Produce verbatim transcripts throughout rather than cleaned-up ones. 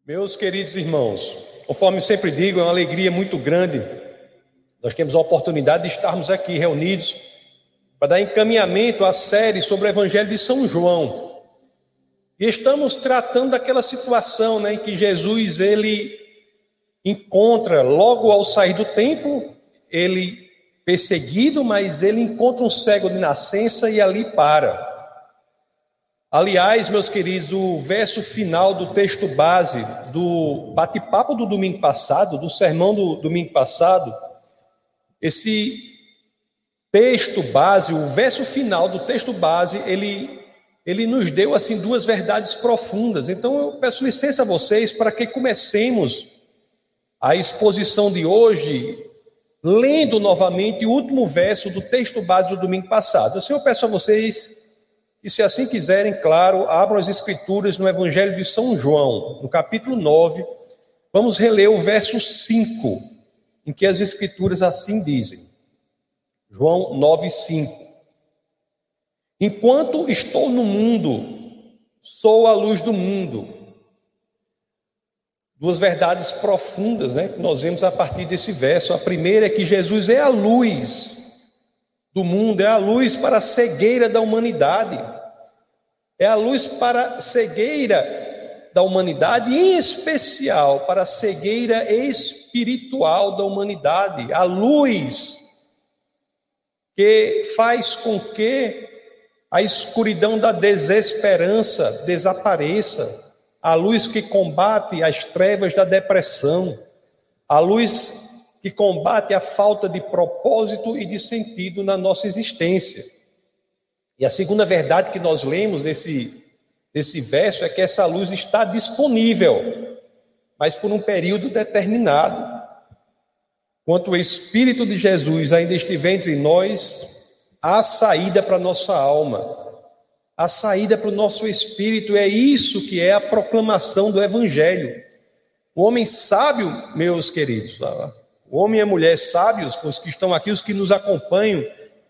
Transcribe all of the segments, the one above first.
Meus queridos irmãos, conforme sempre digo, é uma alegria muito grande nós temos a oportunidade de estarmos aqui reunidos para dar encaminhamento à série sobre o Evangelho de São João. E estamos tratando daquela situação, né, em que Jesus ele encontra, logo ao sair do templo, ele perseguido, mas ele encontra um cego de nascença e ali para. Aliás, meus queridos, o verso final do texto base do bate-papo do domingo passado, do sermão do domingo passado, esse texto base, o verso final do texto base, ele, ele nos deu assim duas verdades profundas. Então eu peço licença a vocês para que comecemos a exposição de hoje lendo novamente o último verso do texto base do domingo passado. Assim eu peço a vocês que, se assim quiserem, claro, abram as escrituras no Evangelho de São João, no capítulo nove, vamos reler o verso cinco, em que as escrituras assim dizem. João nove, cinco. Enquanto estou no mundo, sou a luz do mundo. Duas verdades profundas, né, que nós vemos a partir desse verso. A primeira é que Jesus é a luz do mundo, é a luz para a cegueira da humanidade. É a luz para a cegueira da humanidade, em especial para a cegueira espiritual da humanidade. A luz que faz com que a escuridão da desesperança desapareça. A luz que combate as trevas da depressão. A luz que combate a falta de propósito e de sentido na nossa existência. E a segunda verdade que nós lemos nesse, nesse verso é que essa luz está disponível, mas por um período determinado. Enquanto o Espírito de Jesus ainda estiver entre nós, há saída para a nossa alma, há saída para o nosso espírito. É isso que é a proclamação do Evangelho. O homem sábio, meus queridos, o homem e a mulher sábios, os que estão aqui, os que nos acompanham,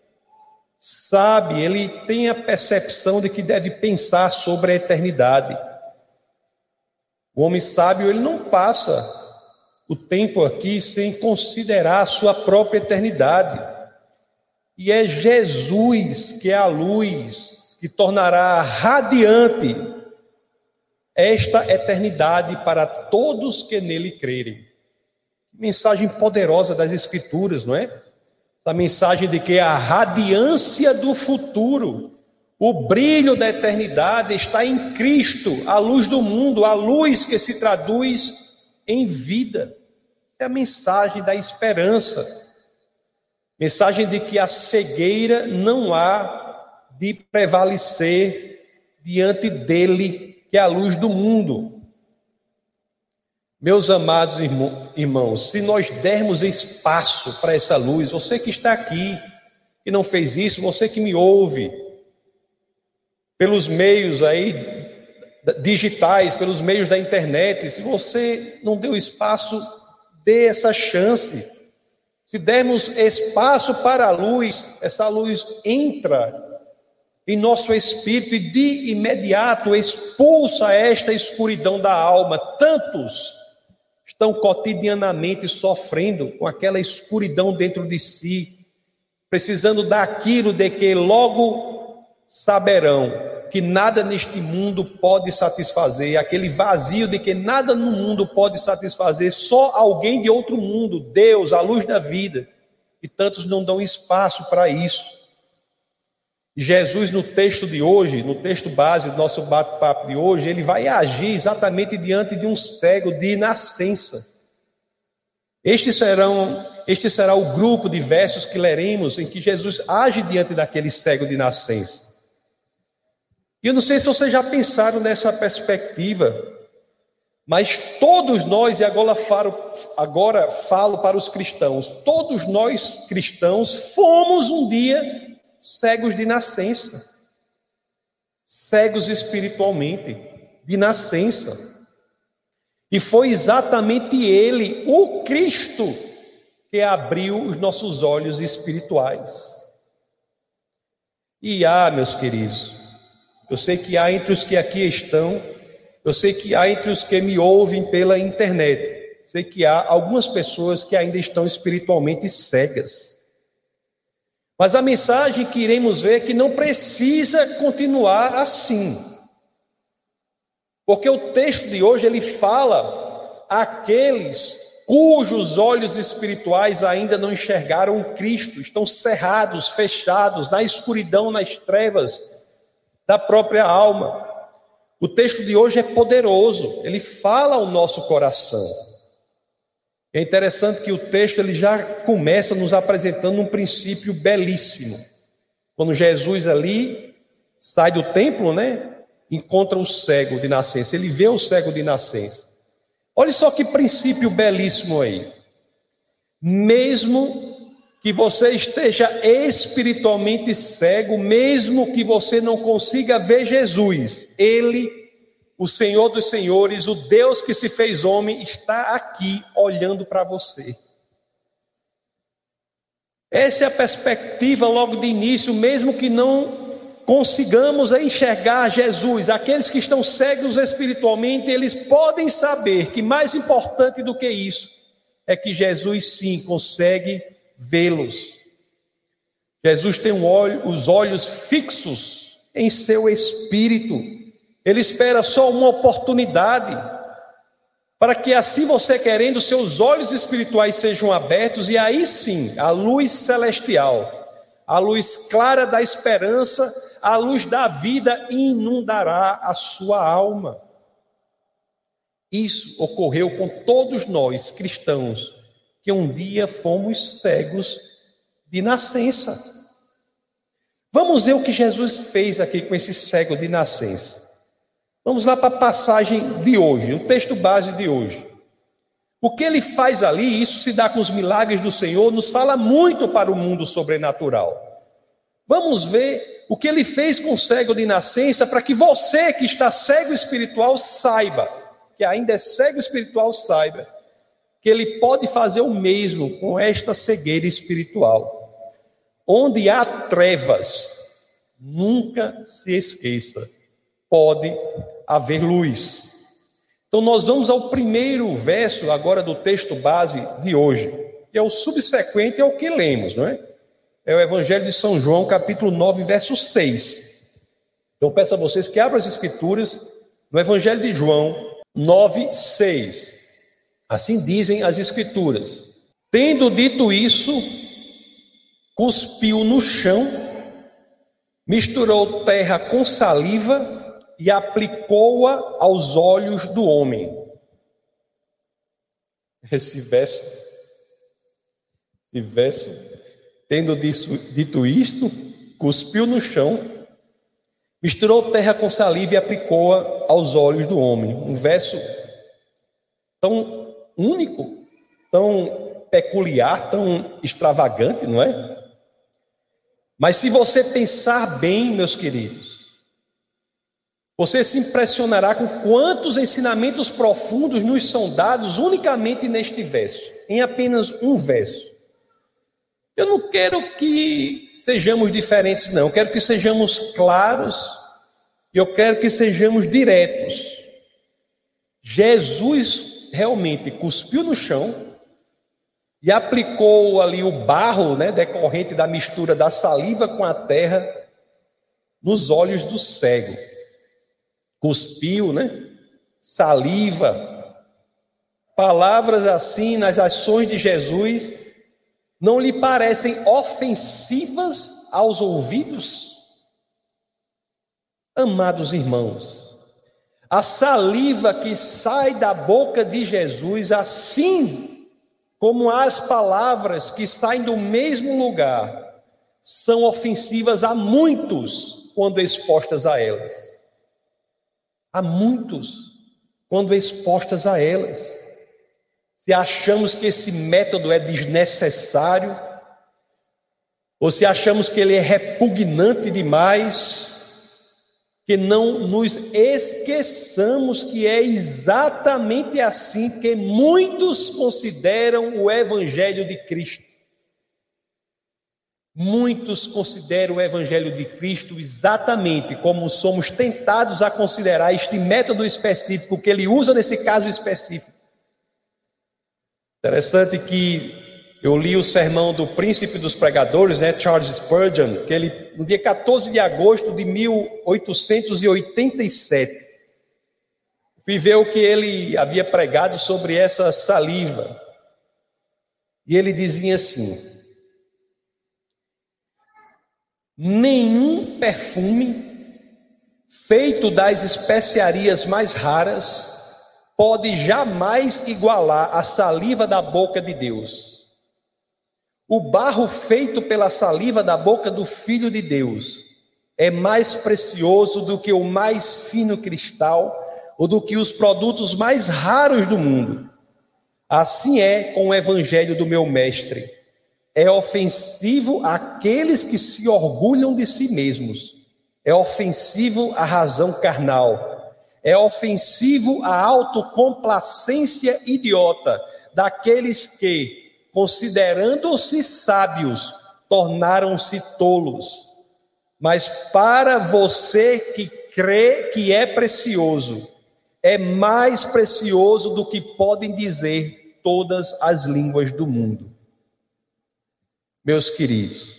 sabe, ele tem a percepção de que deve pensar sobre a eternidade. O homem sábio, ele não passa o tempo aqui sem considerar a sua própria eternidade. E é Jesus que é a luz que tornará radiante esta eternidade para todos que nele crerem. Mensagem poderosa das Escrituras, não é? Essa mensagem de que a radiância do futuro, o brilho da eternidade está em Cristo, a luz do mundo, a luz que se traduz em vida. Essa é a mensagem da esperança. Mensagem de que a cegueira não há de prevalecer diante dele, que é a luz do mundo. Meus amados irmãos, se nós dermos espaço para essa luz, você que está aqui, que não fez isso, você que me ouve, pelos meios aí digitais, pelos meios da internet, se você não deu espaço, dê essa chance. Se dermos espaço para a luz, essa luz entra em nosso espírito e de imediato expulsa esta escuridão da alma. Tantos estão cotidianamente sofrendo com aquela escuridão dentro de si, precisando daquilo de que logo saberão que nada neste mundo pode satisfazer, aquele vazio de que nada no mundo pode satisfazer, só alguém de outro mundo, Deus, a luz da vida, e tantos não dão espaço para isso. E Jesus, no texto de hoje, no texto base do nosso bate-papo de hoje, ele vai agir exatamente diante de um cego de nascença. Este, serão, este será o grupo de versos que leremos em que Jesus age diante daquele cego de nascença. E eu não sei se vocês já pensaram nessa perspectiva, mas todos nós, e agora falo, agora falo para os cristãos, todos nós cristãos fomos um dia cegos de nascença, cegos espiritualmente, de nascença. E foi exatamente Ele, o Cristo, que abriu os nossos olhos espirituais. E há, meus queridos, eu sei que há entre os que aqui estão Eu sei que há entre os que me ouvem pela internet, sei que há algumas pessoas que ainda estão espiritualmente cegas. Mas a mensagem que iremos ver é que não precisa continuar assim. Porque o texto de hoje, ele fala àqueles cujos olhos espirituais ainda não enxergaram o Cristo, estão cerrados, fechados, na escuridão, nas trevas da própria alma. O texto de hoje é poderoso, ele fala ao nosso coração. É interessante que o texto ele já começa nos apresentando um princípio belíssimo. Quando Jesus ali sai do templo, né, encontra o cego de nascença, ele vê o cego de nascença. Olha só que princípio belíssimo aí. Mesmo que você esteja espiritualmente cego, mesmo que você não consiga ver Jesus, Ele, o Senhor dos Senhores, o Deus que se fez homem, está aqui olhando para você. Essa é a perspectiva logo de início, mesmo que não consigamos enxergar Jesus. Aqueles que estão cegos espiritualmente, eles podem saber que mais importante do que isso é que Jesus sim consegue vê-los. Jesus tem um olho, os olhos fixos em seu espírito. Ele espera só uma oportunidade para que assim você querendo, seus olhos espirituais sejam abertos e aí sim a luz celestial, a luz clara da esperança, a luz da vida inundará a sua alma. Isso ocorreu com todos nós cristãos que um dia fomos cegos de nascença. Vamos ver o que Jesus fez aqui com esse cego de nascença. Vamos lá para a passagem de hoje, o texto base de hoje. O que ele faz ali, isso se dá com os milagres do Senhor, nos fala muito para o mundo sobrenatural. Vamos ver o que ele fez com o cego de nascença, para que você que está cego espiritual saiba, que ainda é cego espiritual saiba, que ele pode fazer o mesmo com esta cegueira espiritual. Onde há trevas, nunca se esqueça, pode haver luz. Então nós vamos ao primeiro verso agora do texto base de hoje, que é o subsequente ao que lemos, não é? É o Evangelho de São João, capítulo nove, verso seis. Então peço a vocês que abram as escrituras no Evangelho de João nove, seis. Assim dizem as escrituras. Tendo dito isso, cuspiu no chão, misturou terra com saliva e aplicou-a aos olhos do homem. Esse verso, esse verso, tendo disso, dito isto, cuspiu no chão, misturou terra com saliva e aplicou-a aos olhos do homem. Um verso tão único, tão peculiar, tão extravagante, não é? Mas se você pensar bem, meus queridos, você se impressionará com quantos ensinamentos profundos nos são dados unicamente neste verso, em apenas um verso. Eu não quero que sejamos diferentes, não. Eu quero que sejamos claros e eu quero que sejamos diretos. Jesus realmente cuspiu no chão e aplicou ali o barro, né, decorrente da mistura da saliva com a terra nos olhos do cego. Cuspiu, né? Saliva. Palavras assim nas ações de Jesus não lhe parecem ofensivas aos ouvidos? Amados irmãos, a saliva que sai da boca de Jesus, assim como as palavras que saem do mesmo lugar, são ofensivas a muitos quando expostas a elas. A muitos quando expostas a elas. Se achamos que esse método é desnecessário, ou se achamos que ele é repugnante demais, que não nos esqueçamos que é exatamente assim que muitos consideram o Evangelho de Cristo. Muitos consideram o Evangelho de Cristo exatamente como somos tentados a considerar este método específico que ele usa nesse caso específico. Interessante que eu li o sermão do Príncipe dos Pregadores, né, Charles Spurgeon, que ele, no dia quatorze de agosto de mil oitocentos e oitenta e sete, fui ver o que ele havia pregado sobre essa saliva. E ele dizia assim: nenhum perfume feito das especiarias mais raras pode jamais igualar a saliva da boca de Deus. O barro feito pela saliva da boca do Filho de Deus é mais precioso do que o mais fino cristal ou do que os produtos mais raros do mundo. Assim é com o evangelho do meu mestre. É ofensivo àqueles que se orgulham de si mesmos. É ofensivo à razão carnal. É ofensivo à autocomplacência idiota daqueles que, considerando-se sábios, tornaram-se tolos. Mas para você que crê que é precioso, é mais precioso do que podem dizer todas as línguas do mundo. Meus queridos,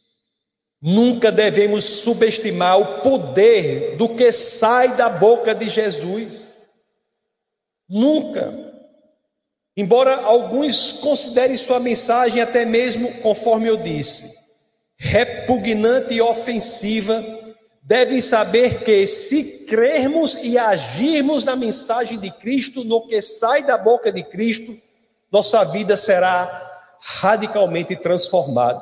nunca devemos subestimar o poder do que sai da boca de Jesus. Nunca. Embora alguns considerem sua mensagem até mesmo, conforme eu disse, repugnante e ofensiva, devem saber que, se crermos e agirmos na mensagem de Cristo, no que sai da boca de Cristo, nossa vida será radicalmente transformada.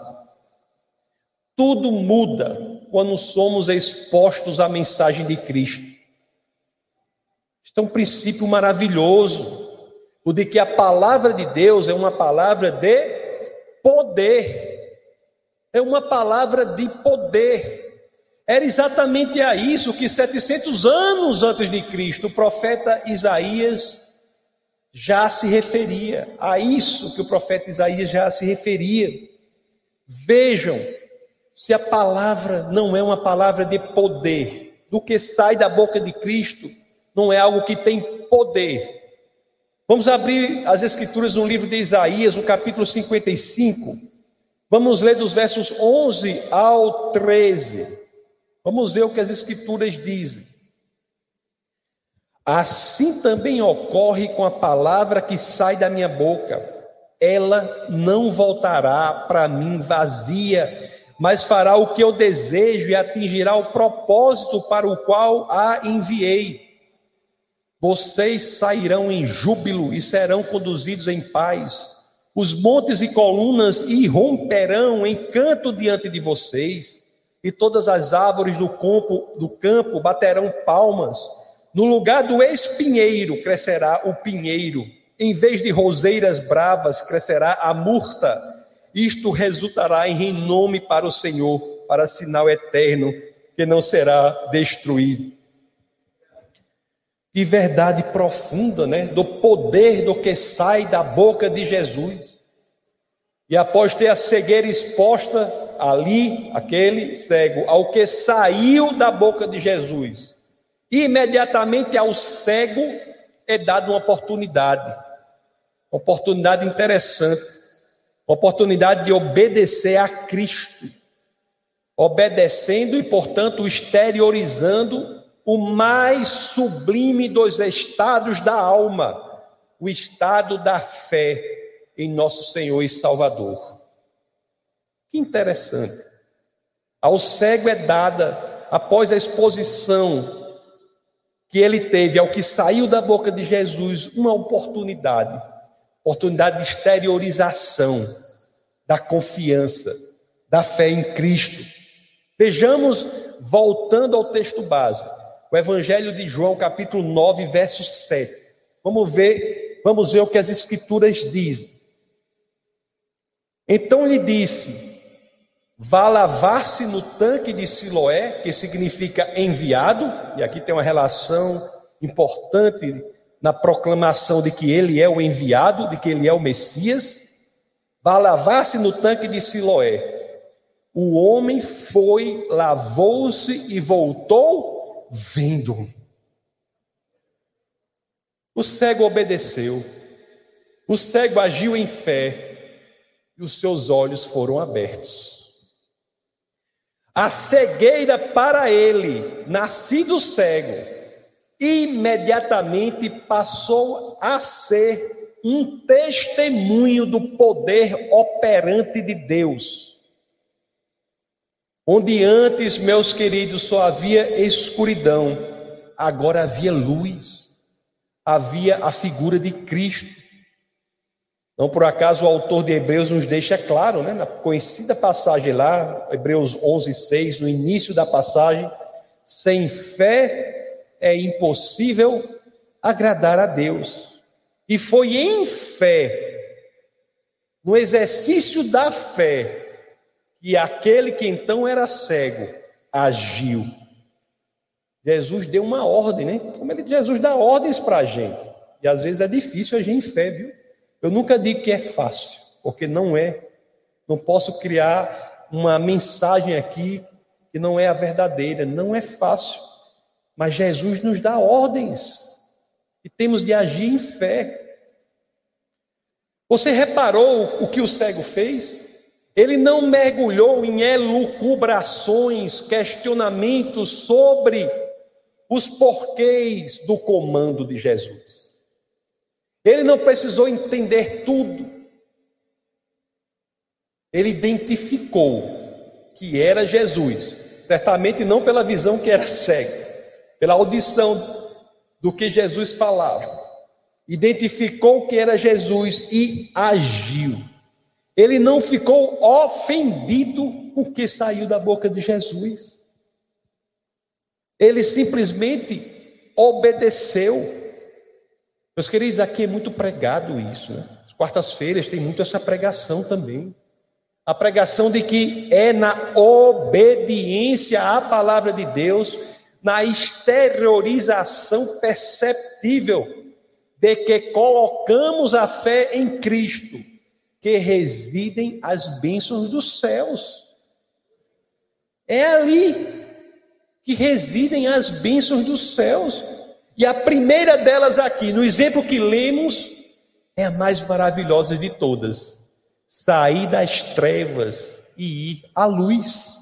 Tudo muda quando somos expostos à mensagem de Cristo. Este é um princípio maravilhoso, o de que a palavra de Deus é uma palavra de poder. É uma palavra de poder. Era exatamente a isso que setecentos anos antes de Cristo, o profeta Isaías já se referia. A isso que o profeta Isaías já se referia. Vejam, se a palavra não é uma palavra de poder, do que sai da boca de Cristo, não é algo que tem poder. Vamos abrir as escrituras no livro de Isaías, no capítulo cinquenta e cinco. Vamos ler dos versos onze ao treze. Vamos ver o que as escrituras dizem. Assim também ocorre com a palavra que sai da minha boca. Ela não voltará para mim vazia, mas fará o que eu desejo e atingirá o propósito para o qual a enviei. Vocês sairão em júbilo e serão conduzidos em paz. Os montes e colunas irromperão em canto diante de vocês, e todas as árvores do campo, do campo baterão palmas. No lugar do espinheiro crescerá o pinheiro, em vez de roseiras bravas crescerá a murta. Isto resultará em renome para o Senhor, para sinal eterno que não será destruído. Que verdade profunda, né? Do poder do que sai da boca de Jesus. E após ter a cegueira exposta ali, aquele cego, ao que saiu da boca de Jesus, imediatamente ao cego é dada uma oportunidade, uma oportunidade interessante, uma oportunidade de obedecer a Cristo, obedecendo e, portanto, exteriorizando o mais sublime dos estados da alma, o estado da fé em nosso Senhor e Salvador. Que interessante. Ao cego é dada, após a exposição que ele teve ao que saiu da boca de Jesus, uma oportunidade, oportunidade de exteriorização da confiança, da fé em Cristo. Vejamos, voltando ao texto base, o Evangelho de João, capítulo nove, verso sete. Vamos ver, vamos ver o que as Escrituras dizem. Então lhe disse: vá lavar-se no tanque de Siloé, que significa enviado, e aqui tem uma relação importante na proclamação de que ele é o enviado, de que ele é o Messias. Vá lavar-se no tanque de Siloé. O homem foi, lavou-se e voltou vendo. O cego obedeceu, o cego agiu em fé e os seus olhos foram abertos. A cegueira para ele, nascido cego, imediatamente passou a ser um testemunho do poder operante de Deus. Onde antes, meus queridos, só havia escuridão, agora havia luz, havia a figura de Cristo. Não por acaso o autor de Hebreus nos deixa claro, né, na conhecida passagem lá, Hebreus onze, seis, no início da passagem: sem fé é impossível agradar a Deus. E foi em fé, no exercício da fé, que aquele que então era cego agiu. Jesus deu uma ordem, né? Como ele, Jesus dá ordens para a gente. E às vezes é difícil agir em fé, viu? Eu nunca digo que é fácil, porque não é. Não posso criar uma mensagem aqui que não é a verdadeira. Não é fácil. Mas Jesus nos dá ordens e temos de agir em fé. Você reparou o que o cego fez? Ele não mergulhou em elucubrações, questionamentos sobre os porquês do comando de Jesus. Ele não precisou entender tudo. Ele identificou que era Jesus, certamente não pela visão que era cego, pela audição do que Jesus falava. Identificou que era Jesus e agiu. Ele não ficou ofendido com o que saiu da boca de Jesus. Ele simplesmente obedeceu. Meus queridos, aqui é muito pregado isso, né? As quartas-feiras tem muito essa pregação também. A pregação de que é na obediência à palavra de Deus, na exteriorização perceptível de que colocamos a fé em Cristo, que residem as bênçãos dos céus. É ali que residem as bênçãos dos céus. E a primeira delas aqui, no exemplo que lemos, é a mais maravilhosa de todas: sair das trevas e ir à luz.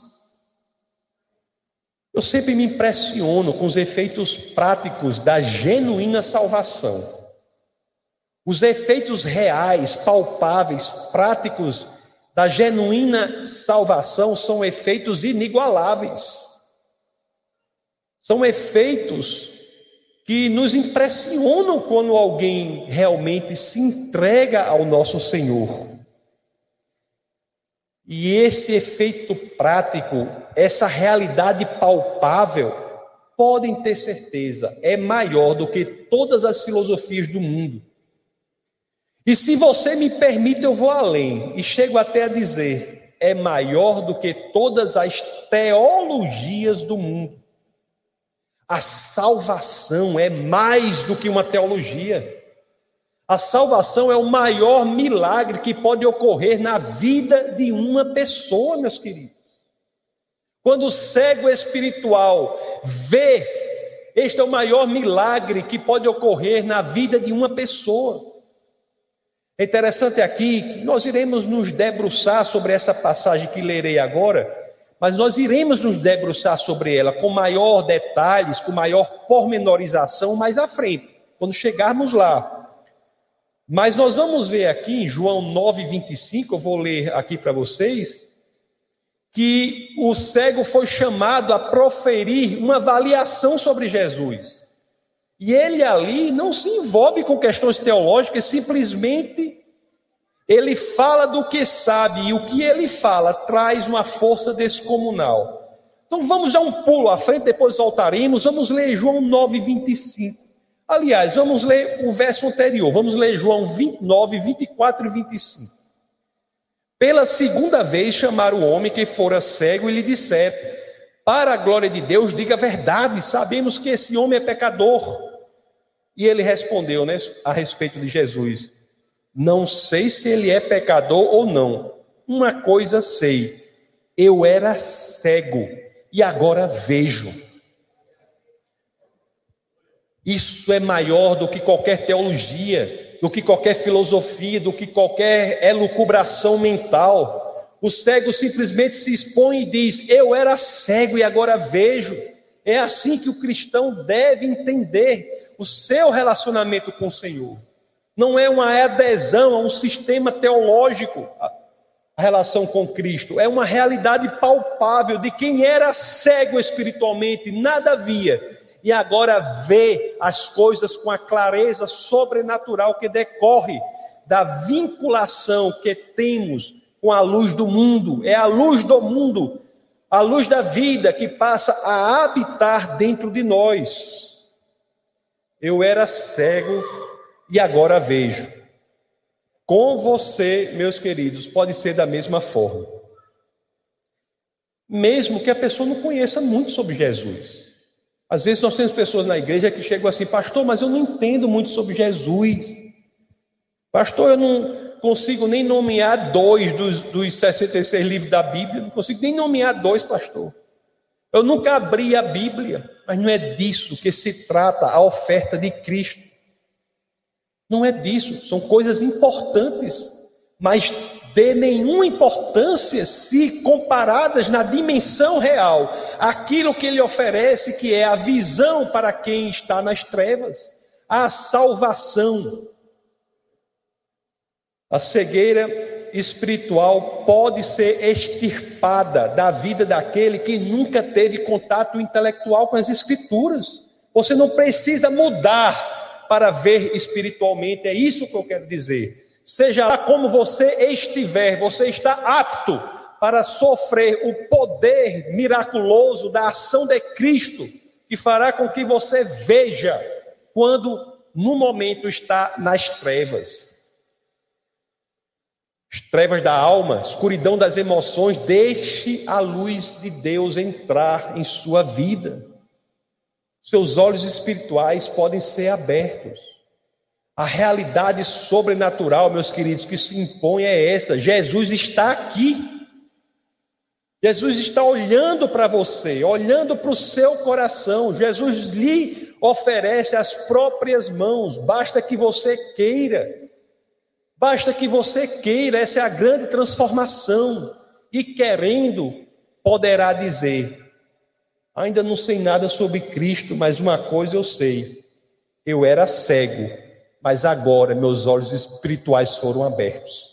Eu sempre me impressiono com os efeitos práticos da genuína salvação. Os efeitos reais, palpáveis, práticos da genuína salvação são efeitos inigualáveis. São efeitos que nos impressionam quando alguém realmente se entrega ao nosso Senhor. E esse efeito prático, essa realidade palpável, podem ter certeza, é maior do que todas as filosofias do mundo. E se você me permite, eu vou além e chego até a dizer, é maior do que todas as teologias do mundo. A salvação é mais do que uma teologia. A salvação é o maior milagre que pode ocorrer na vida de uma pessoa, meus queridos. Quando o cego espiritual vê, este é o maior milagre que pode ocorrer na vida de uma pessoa. É interessante aqui que nós iremos nos debruçar sobre essa passagem que lerei agora, mas nós iremos nos debruçar sobre ela com maior detalhes, com maior pormenorização mais à frente, quando chegarmos lá. Mas nós vamos ver aqui em João nove, vinte e cinco, eu vou ler aqui para vocês, que o cego foi chamado a proferir uma avaliação sobre Jesus. E ele ali não se envolve com questões teológicas, simplesmente ele fala do que sabe, e o que ele fala traz uma força descomunal. Então vamos dar um pulo à frente, depois voltaremos, vamos ler João nove, vinte e cinco. Aliás, vamos ler o verso anterior, vamos ler João nove, vinte e quatro e vinte e cinco. Pela segunda vez chamaram o homem que fora cego e lhe disseram: para a glória de Deus, diga a verdade, sabemos que esse homem é pecador. E ele respondeu, né, a respeito de Jesus: não sei se ele é pecador ou não. Uma coisa sei, Eu era cego e agora vejo. Isso é maior do que qualquer teologia, do que qualquer filosofia, do que qualquer elucubração mental. O cego simplesmente se expõe e diz: eu era cego e agora vejo. É assim que o cristão deve entender o seu relacionamento com o Senhor. Não é uma adesão a um sistema teológico, a relação com Cristo. É uma realidade palpável de quem era cego espiritualmente, nada via, e agora vê as coisas com a clareza sobrenatural que decorre da vinculação que temos com a luz do mundo. É a luz do mundo, a luz da vida que passa a habitar dentro de nós. Eu era cego e agora vejo. Com você, meus queridos, pode ser da mesma forma. Mesmo que a pessoa não conheça muito sobre Jesus. Às vezes nós temos pessoas na igreja que chegam assim: pastor, mas eu não entendo muito sobre Jesus. Pastor, eu não consigo nem nomear dois dos, dos sessenta e seis livros da Bíblia. Não consigo nem nomear dois, pastor. Eu nunca abri a Bíblia. Mas não é disso que se trata a oferta de Cristo. Não é disso. São coisas importantes, mas de nenhuma importância se comparadas na dimensão real. Aquilo que ele oferece, que é a visão para quem está nas trevas, a salvação. A cegueira espiritual pode ser extirpada da vida daquele que nunca teve contato intelectual com as Escrituras. Você não precisa mudar para ver espiritualmente, é isso que eu quero dizer. Seja lá como você estiver, você está apto para sofrer o poder miraculoso da ação de Cristo, que fará com que você veja quando no momento está nas trevas. As trevas da alma, escuridão das emoções. Deixe a luz de Deus entrar em sua vida. Seus olhos espirituais podem ser abertos. A realidade sobrenatural, meus queridos, que se impõe é essa: Jesus está aqui. Jesus está olhando para você, olhando para o seu coração. Jesus lhe oferece as próprias mãos. Basta que você queira. Basta que você queira. Essa é a grande transformação. E querendo, poderá dizer: ainda não sei nada sobre Cristo, mas uma coisa eu sei: eu era cego, mas agora meus olhos espirituais foram abertos.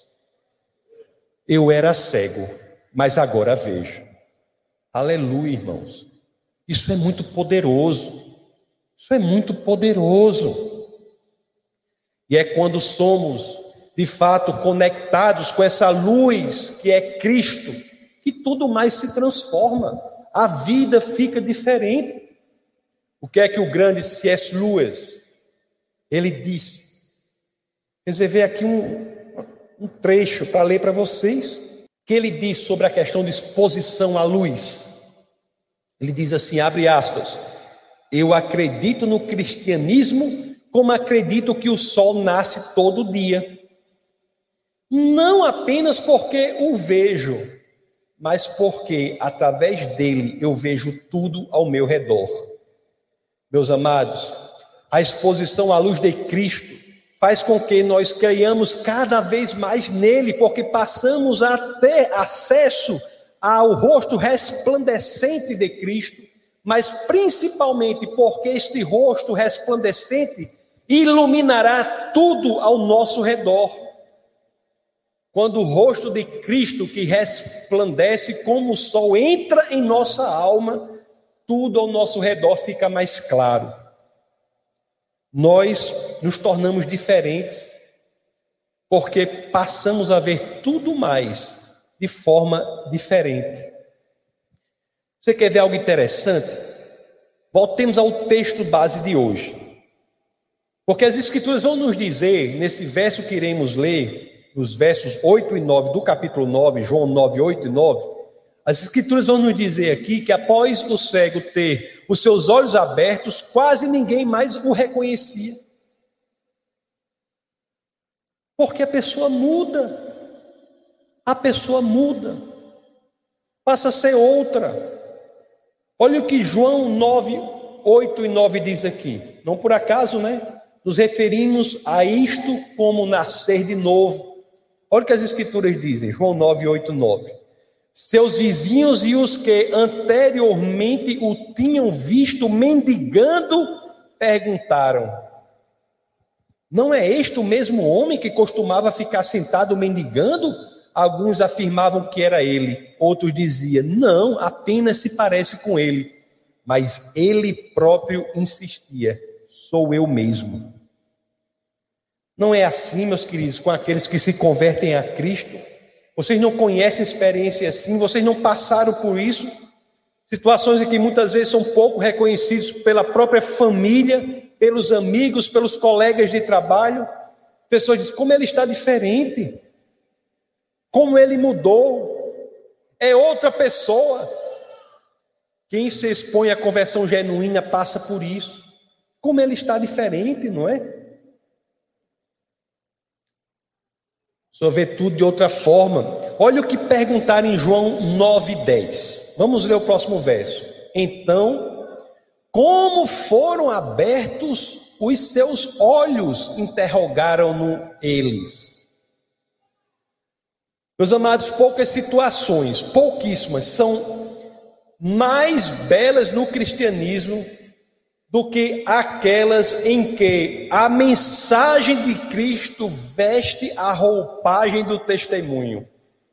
Eu era cego, mas agora vejo. Aleluia, irmãos. Isso é muito poderoso. Isso é muito poderoso. E é quando somos, de fato, conectados com essa luz que é Cristo, que tudo mais se transforma. A vida fica diferente. O que é que o grande C S Lewis, ele disse? Reservei aqui um, um trecho para ler para vocês, que ele diz sobre a questão de exposição à luz. Ele diz assim, abre aspas: eu acredito no cristianismo como acredito que o sol nasce todo dia. Não apenas porque o vejo, mas porque através dele eu vejo tudo ao meu redor. Meus amados, a exposição à luz de Cristo faz com que nós creiamos cada vez mais nele, porque passamos a ter acesso ao rosto resplandecente de Cristo, mas principalmente porque este rosto resplandecente iluminará tudo ao nosso redor. Quando o rosto de Cristo, que resplandece como o sol, entra em nossa alma, tudo ao nosso redor fica mais claro. Nós nos tornamos diferentes, porque passamos a ver tudo mais de forma diferente. Você quer ver algo interessante? Voltemos ao texto base de hoje. Porque as Escrituras vão nos dizer, nesse verso que iremos ler, nos versos oito e nove do capítulo nove, João nove, oito e nove, as Escrituras vão nos dizer aqui que após o cego ter os seus olhos abertos, quase ninguém mais o reconhecia. Porque a pessoa muda. A pessoa muda. passa a ser outra. Olha o que João nove, oito e nove diz aqui. Não por acaso, né? Nos referimos a isto como nascer de novo. Olha o que as escrituras dizem, João nove, oito, nove. Seus vizinhos e os que anteriormente o tinham visto mendigando, perguntaram: não é este o mesmo homem que costumava ficar sentado mendigando? Alguns afirmavam que era ele, outros diziam: não, apenas se parece com ele. Mas ele próprio insistia: sou eu mesmo. Não é assim, meus queridos, com aqueles que se convertem a Cristo? Vocês não conhecem experiência assim? Vocês não passaram por isso? Situações em que muitas vezes são pouco reconhecidos pela própria família, pelos amigos, pelos colegas de trabalho. Pessoas dizem: como ele está diferente, como ele mudou, é outra pessoa. Quem se expõe à conversão genuína passa por isso. Como ele está diferente, não é? O Senhor vê tudo de outra forma. Olha o que perguntaram em João nove, dez. Vamos ler o próximo verso. Então, como foram abertos os seus olhos? Interrogaram-no eles. Meus amados, poucas situações, pouquíssimas, são mais belas no cristianismo do que aquelas em que a mensagem de Cristo veste a roupagem do testemunho.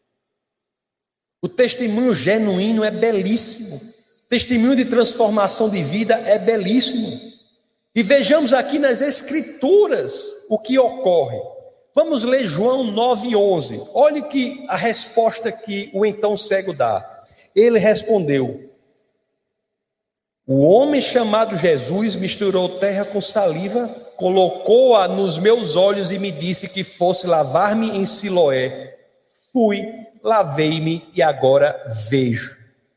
O testemunho genuíno é belíssimo. O testemunho de transformação de vida é belíssimo. E vejamos aqui nas Escrituras o que ocorre. Vamos ler João nove, onze. Olhe que a resposta que o então cego dá. Ele respondeu: o homem chamado Jesus misturou terra com saliva, colocou-a nos meus olhos e me disse que fosse lavar-me em Siloé. Fui, lavei-me e agora vejo.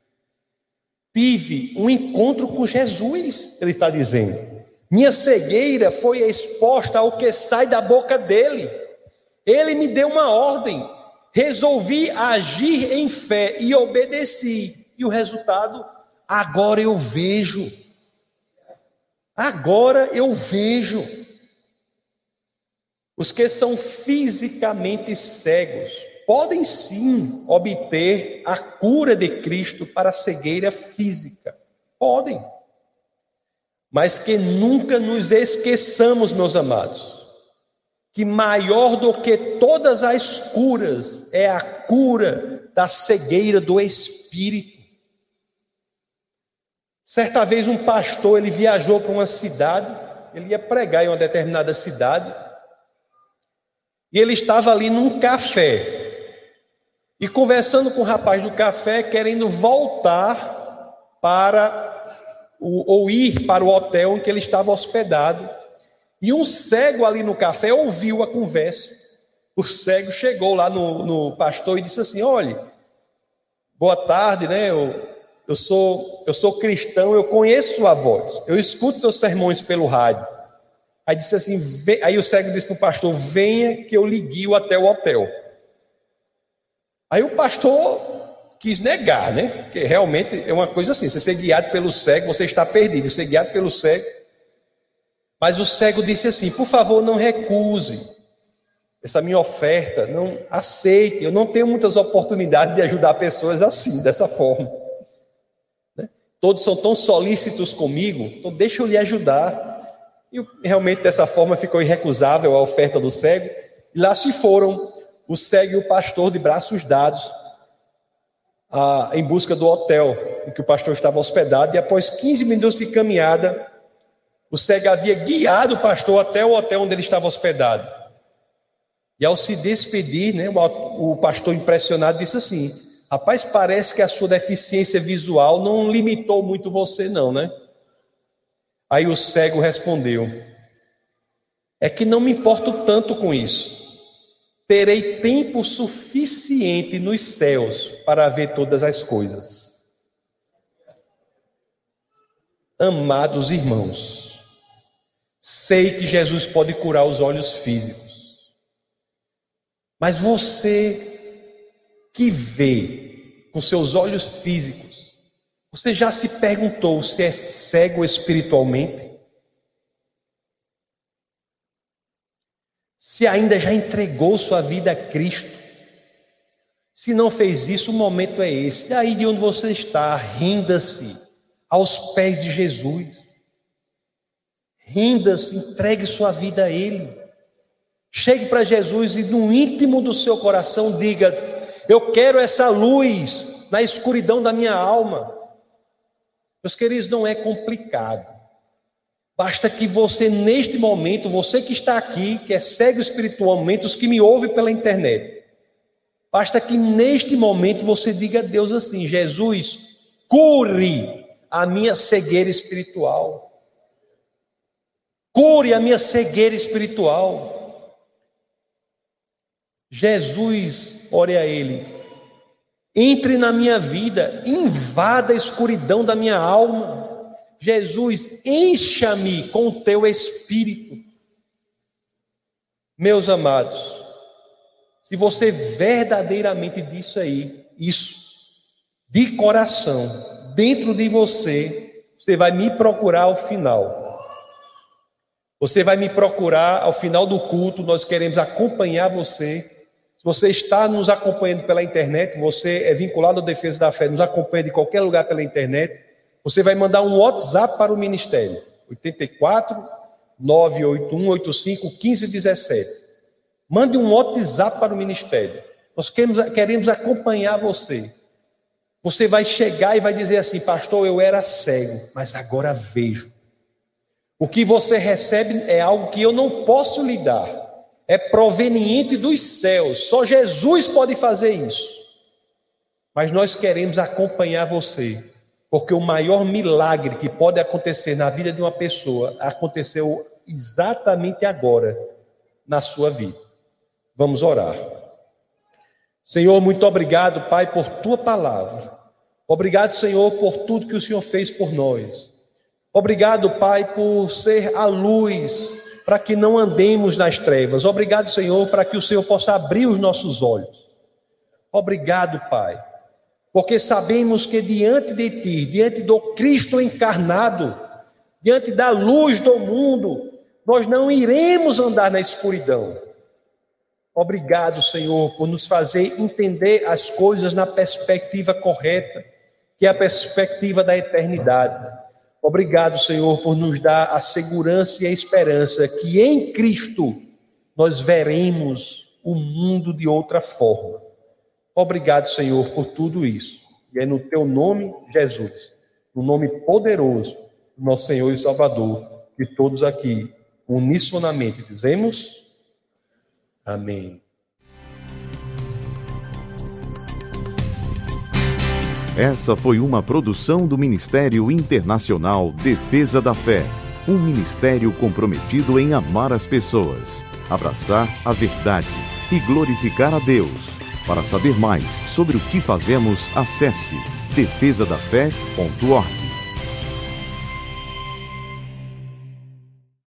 Tive um encontro com Jesus, ele está dizendo. Minha cegueira foi exposta ao que sai da boca dele. Ele me deu uma ordem, resolvi agir em fé e obedeci. E o resultado? Agora eu vejo. Agora eu vejo. Os que são fisicamente cegos podem sim obter a cura de Cristo para a cegueira física. Podem. Mas que nunca nos esqueçamos, meus amados, que maior do que todas as curas é a cura da cegueira do espírito. Certa vez um pastor, ele viajou para uma cidade, ele ia pregar em uma determinada cidade, e ele estava ali num café, e conversando com o rapaz do café, querendo voltar para, o, ou ir para o hotel em que ele estava hospedado, e um cego ali no café ouviu a conversa. O cego chegou lá no, no pastor e disse assim: olha, boa tarde, né, eu... Eu sou, eu sou cristão, eu conheço sua voz, eu escuto seus sermões pelo rádio. Aí disse assim, aí o cego disse para o pastor: venha que eu lhe guio até o hotel. Aí o pastor quis negar, né? Porque realmente é uma coisa assim, você ser guiado pelo cego, você está perdido, ser guiado pelo cego. Mas o cego disse assim: por favor, não recuse essa minha oferta, não aceite, eu não tenho muitas oportunidades de ajudar pessoas assim, dessa forma. Todos são tão solícitos comigo, então deixa eu lhe ajudar. E realmente dessa forma ficou irrecusável a oferta do cego. E lá se foram o cego e o pastor de braços dados a, em busca do hotel em que o pastor estava hospedado. E após quinze minutos de caminhada, o cego havia guiado o pastor até o hotel onde ele estava hospedado. E ao se despedir, né, o, o pastor impressionado disse assim: rapaz, parece que a sua deficiência visual não limitou muito você não, né? Aí o cego respondeu: é que não me importo tanto com isso. Terei tempo suficiente nos céus para ver todas as coisas. Amados irmãos, sei que Jesus pode curar os olhos físicos, mas você que vê com seus olhos físicos, você já se perguntou se é cego espiritualmente? Se ainda já entregou sua vida a Cristo? Se não fez isso, o momento é esse. Daí de onde você está, rinda-se aos pés de Jesus. Rinda-se, entregue sua vida a Ele. Chegue para Jesus e no íntimo do seu coração diga: eu quero essa luz na escuridão da minha alma. Meus queridos, não é complicado. Basta que você, neste momento, você que está aqui, que é cego espiritualmente, os que me ouvem pela internet, basta que neste momento você diga a Deus assim: Jesus, cure a minha cegueira espiritual. Cure a minha cegueira espiritual. Jesus, ore a Ele. Entre na minha vida, invada a escuridão da minha alma. Jesus, encha-me com o teu Espírito. Meus amados, se você verdadeiramente disse aí, isso, de coração, dentro de você, você vai me procurar ao final. Você vai me procurar ao final do culto, nós queremos acompanhar você. Se você está nos acompanhando pela internet, você é vinculado à Defesa da Fé, nos acompanha de qualquer lugar pela internet, você vai mandar um WhatsApp para o Ministério, oito quatro, nove oito um, oito cinco, um cinco um sete. Mande um WhatsApp para o Ministério. Nós queremos, queremos acompanhar você. Você vai chegar e vai dizer assim: pastor, eu era cego, mas agora vejo. O que você recebe é algo que eu não posso lhe dar. É proveniente dos céus. Só Jesus pode fazer isso. Mas nós queremos acompanhar você. Porque o maior milagre que pode acontecer na vida de uma pessoa aconteceu exatamente agora na sua vida. Vamos orar. Senhor, muito obrigado, Pai, por tua palavra. Obrigado, Senhor, por tudo que o Senhor fez por nós. Obrigado, Pai, por ser a luz para que não andemos nas trevas. Obrigado, Senhor, para que o Senhor possa abrir os nossos olhos. Obrigado, Pai, porque sabemos que diante de Ti, diante do Cristo encarnado, diante da luz do mundo, nós não iremos andar na escuridão. Obrigado, Senhor, por nos fazer entender as coisas na perspectiva correta, que é a perspectiva da eternidade. Obrigado, Senhor, por nos dar a segurança e a esperança que em Cristo nós veremos o mundo de outra forma. Obrigado, Senhor, por tudo isso. E é no teu nome, Jesus, no nome poderoso do nosso Senhor e Salvador, que todos aqui, unissonamente, dizemos amém. Essa foi uma produção do Ministério Internacional Defesa da Fé, um ministério comprometido em amar as pessoas, abraçar a verdade e glorificar a Deus. Para saber mais sobre o que fazemos, acesse defesa da fé ponto org.